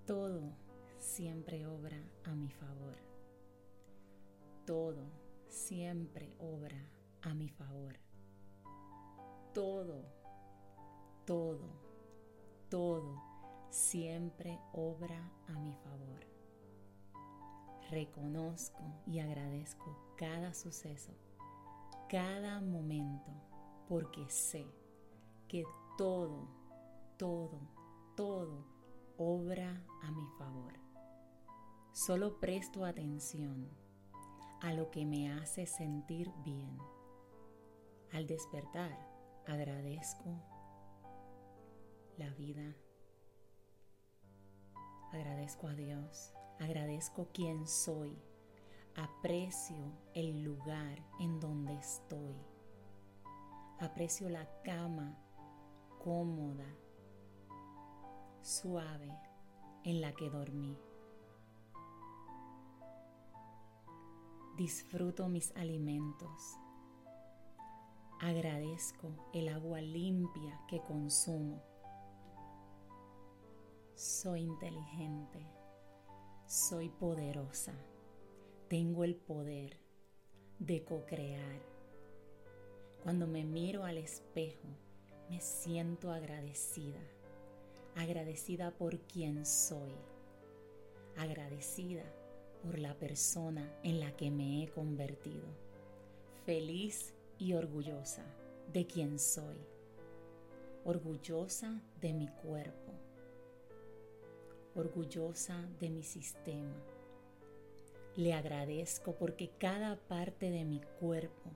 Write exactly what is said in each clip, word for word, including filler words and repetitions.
Todo siempre obra a mi favor. Todo siempre obra a mi favor. Todo, todo, todo siempre obra a mi favor. Reconozco y agradezco cada suceso, cada momento, porque sé que todo, todo, todo obra a mi favor. Solo presto atención a lo que me hace sentir bien. Al despertar, agradezco la vida, agradezco a Dios, agradezco quién soy, aprecio el lugar en donde estoy, aprecio la cama cómoda, suave en la que dormí. Disfruto mis alimentos. Agradezco el agua limpia que consumo. Soy inteligente. Soy poderosa. Tengo el poder de co-crear. Cuando me miro al espejo, me siento agradecida. Agradecida por quien soy. Agradecida por la persona en la que me he convertido. Feliz y orgullosa de quien soy. Orgullosa de mi cuerpo. Orgullosa de mi sistema. Le agradezco porque cada parte de mi cuerpo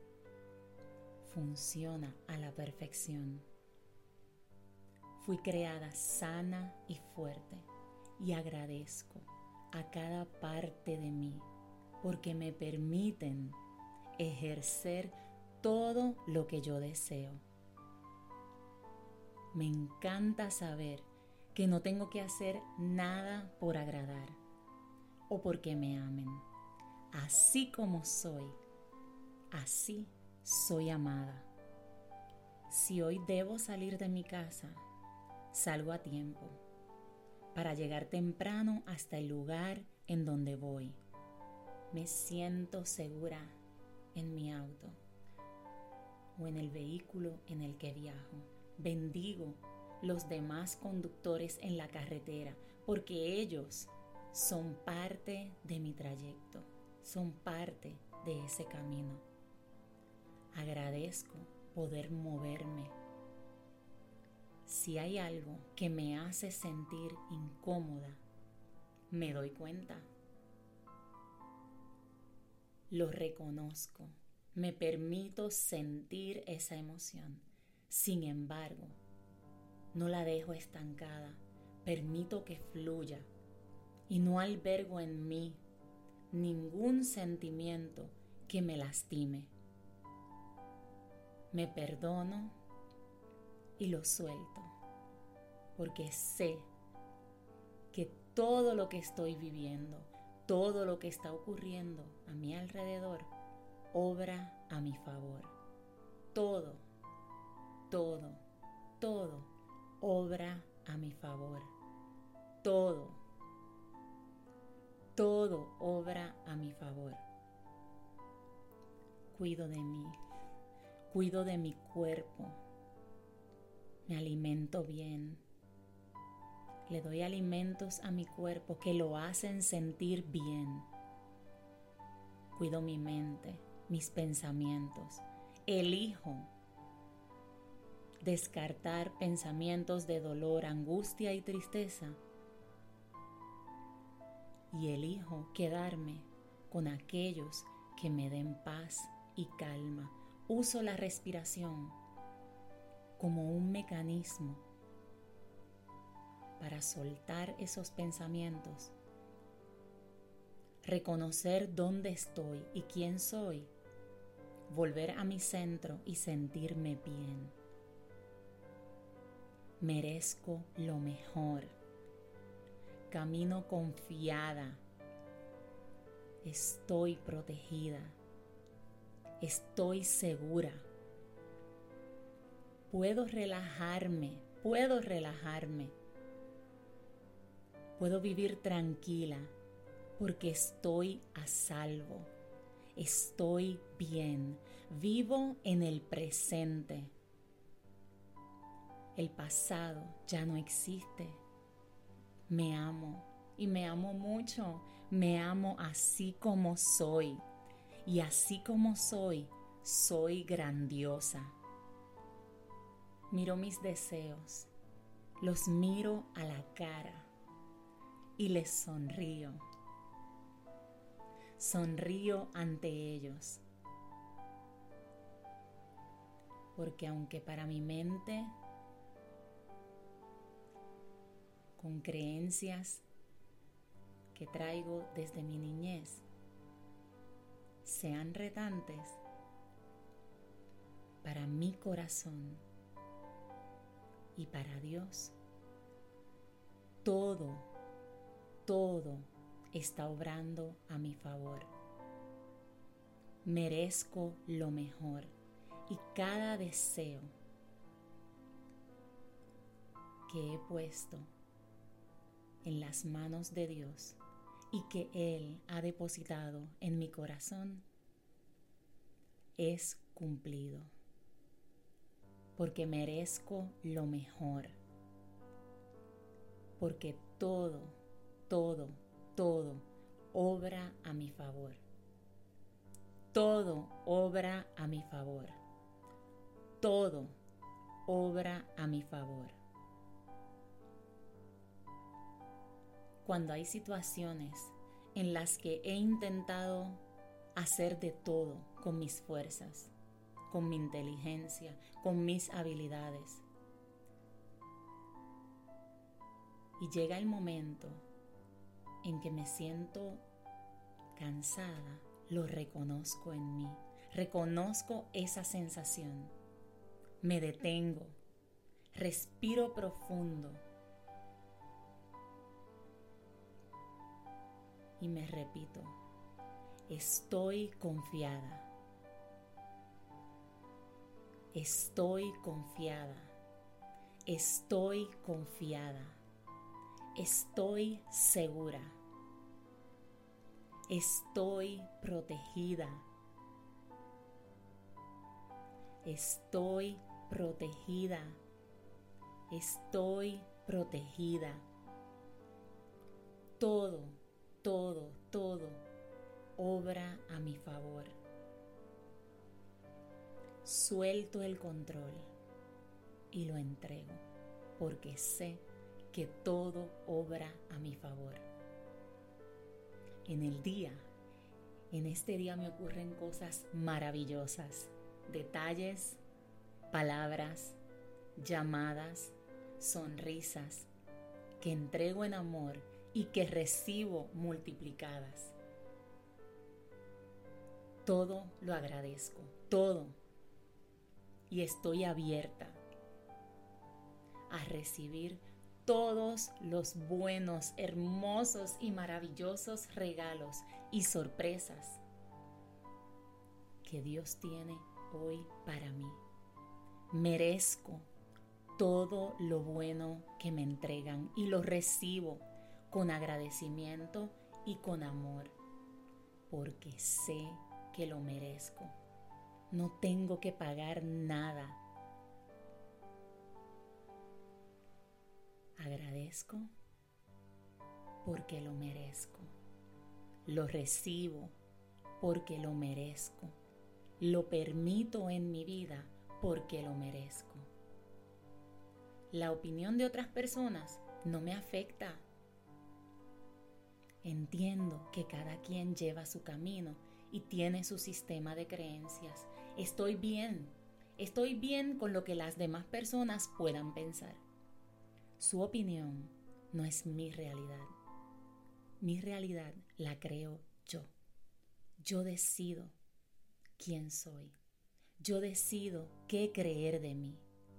funciona a la perfección. Fui creada sana y fuerte y agradezco a cada parte de mí porque me permiten ejercer todo lo que yo deseo. Me encanta saber que no tengo que hacer nada por agradar o porque me amen. Así como soy, así soy amada. Si hoy debo salir de mi casa, salgo a tiempo para llegar temprano hasta el lugar en donde voy. Me siento segura en mi auto o en el vehículo en el que viajo. Bendigo los demás conductores en la carretera porque ellos son parte de mi trayecto, son parte de ese camino. Agradezco poder moverme. Si hay algo que me hace sentir incómoda, me doy cuenta. Lo reconozco. Me permito sentir esa emoción. Sin embargo, no la dejo estancada. Permito que fluya y no albergo en mí ningún sentimiento que me lastime. Me perdono y lo suelto, porque sé que todo lo que estoy viviendo, todo lo que está ocurriendo a mi alrededor, obra a mi favor. Todo, todo, todo obra a mi favor. Todo, todo obra a mi favor. Cuido de mí, cuido de mi cuerpo. Me alimento bien. Le doy alimentos a mi cuerpo que lo hacen sentir bien. Cuido mi mente, mis pensamientos. Elijo descartar pensamientos de dolor, angustia y tristeza. Y elijo quedarme con aquellos que me den paz y calma. Uso la respiración como un mecanismo para soltar esos pensamientos, reconocer dónde estoy y quién soy, volver a mi centro y sentirme bien. Merezco lo mejor. Camino confiada. Estoy protegida. Estoy segura. Puedo relajarme, puedo relajarme. Puedo vivir tranquila porque estoy a salvo. Estoy bien. Vivo en el presente. El pasado ya no existe. Me amo y me amo mucho. Me amo así como soy. Y así como soy, soy grandiosa. Miro mis deseos, los miro a la cara y les sonrío. Sonrío ante ellos. Porque aunque para mi mente, con creencias que traigo desde mi niñez, sean retantes, para mi corazón y para Dios, todo, todo está obrando a mi favor. Merezco lo mejor y cada deseo que he puesto en las manos de Dios y que Él ha depositado en mi corazón es cumplido, porque merezco lo mejor, porque todo, todo, todo obra a mi favor. Todo obra a mi favor. Todo obra a mi favor. Cuando hay situaciones en las que he intentado hacer de todo con mis fuerzas, con mi inteligencia, con mis habilidades, y llega el momento en que me siento cansada, lo reconozco en mí, reconozco esa sensación, me detengo, respiro profundo y me repito, estoy confiada, estoy confiada, estoy confiada, estoy segura, estoy protegida, estoy protegida, estoy protegida. Todo, todo, todo obra a mi favor. Suelto el control y lo entrego porque sé que todo obra a mi favor. En el día, en este día me ocurren cosas maravillosas, detalles, palabras, llamadas, sonrisas que entrego en amor y que recibo multiplicadas. Todo lo agradezco, todo. Y estoy abierta a recibir todos los buenos, hermosos y maravillosos regalos y sorpresas que Dios tiene hoy para mí. Merezco todo lo bueno que me entregan y lo recibo con agradecimiento y con amor, porque sé que lo merezco. No tengo que pagar nada. Agradezco porque lo merezco. Lo recibo porque lo merezco. Lo permito en mi vida porque lo merezco. La opinión de otras personas no me afecta. Entiendo que cada quien lleva su camino y tiene su sistema de creencias. Estoy bien. Estoy bien con lo que las demás personas puedan pensar. Su opinión no es mi realidad. Mi realidad la creo yo. Yo decido quién soy. Yo decido qué creer de mí.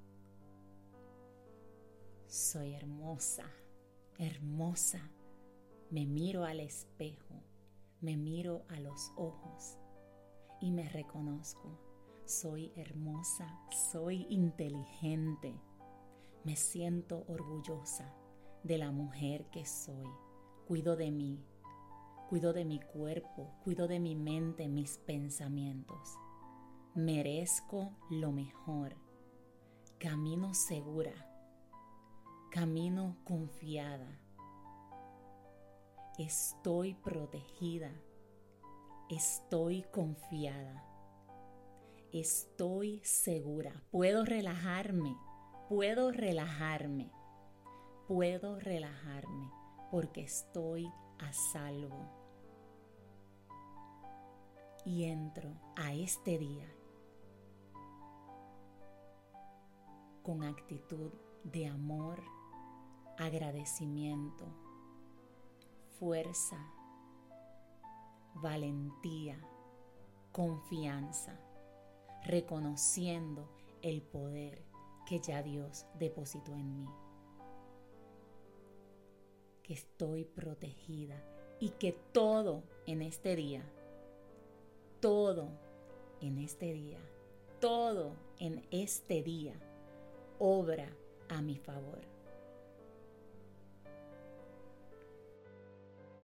Soy hermosa, hermosa. Me miro al espejo, me miro a los ojos y me reconozco. Soy hermosa, soy inteligente. Me siento orgullosa de la mujer que soy. Cuido de mí, cuido de mi cuerpo, cuido de mi mente, mis pensamientos. Merezco lo mejor. Camino segura, camino confiada. Estoy protegida, estoy confiada, estoy segura. Puedo relajarme, puedo relajarme, puedo relajarme porque estoy a salvo. Y entro a este día con actitud de amor, agradecimiento, fuerza, valentía, confianza, reconociendo el poder que ya Dios depositó en mí. Que estoy protegida y que todo en este día, todo en este día, todo en este día obra a mi favor.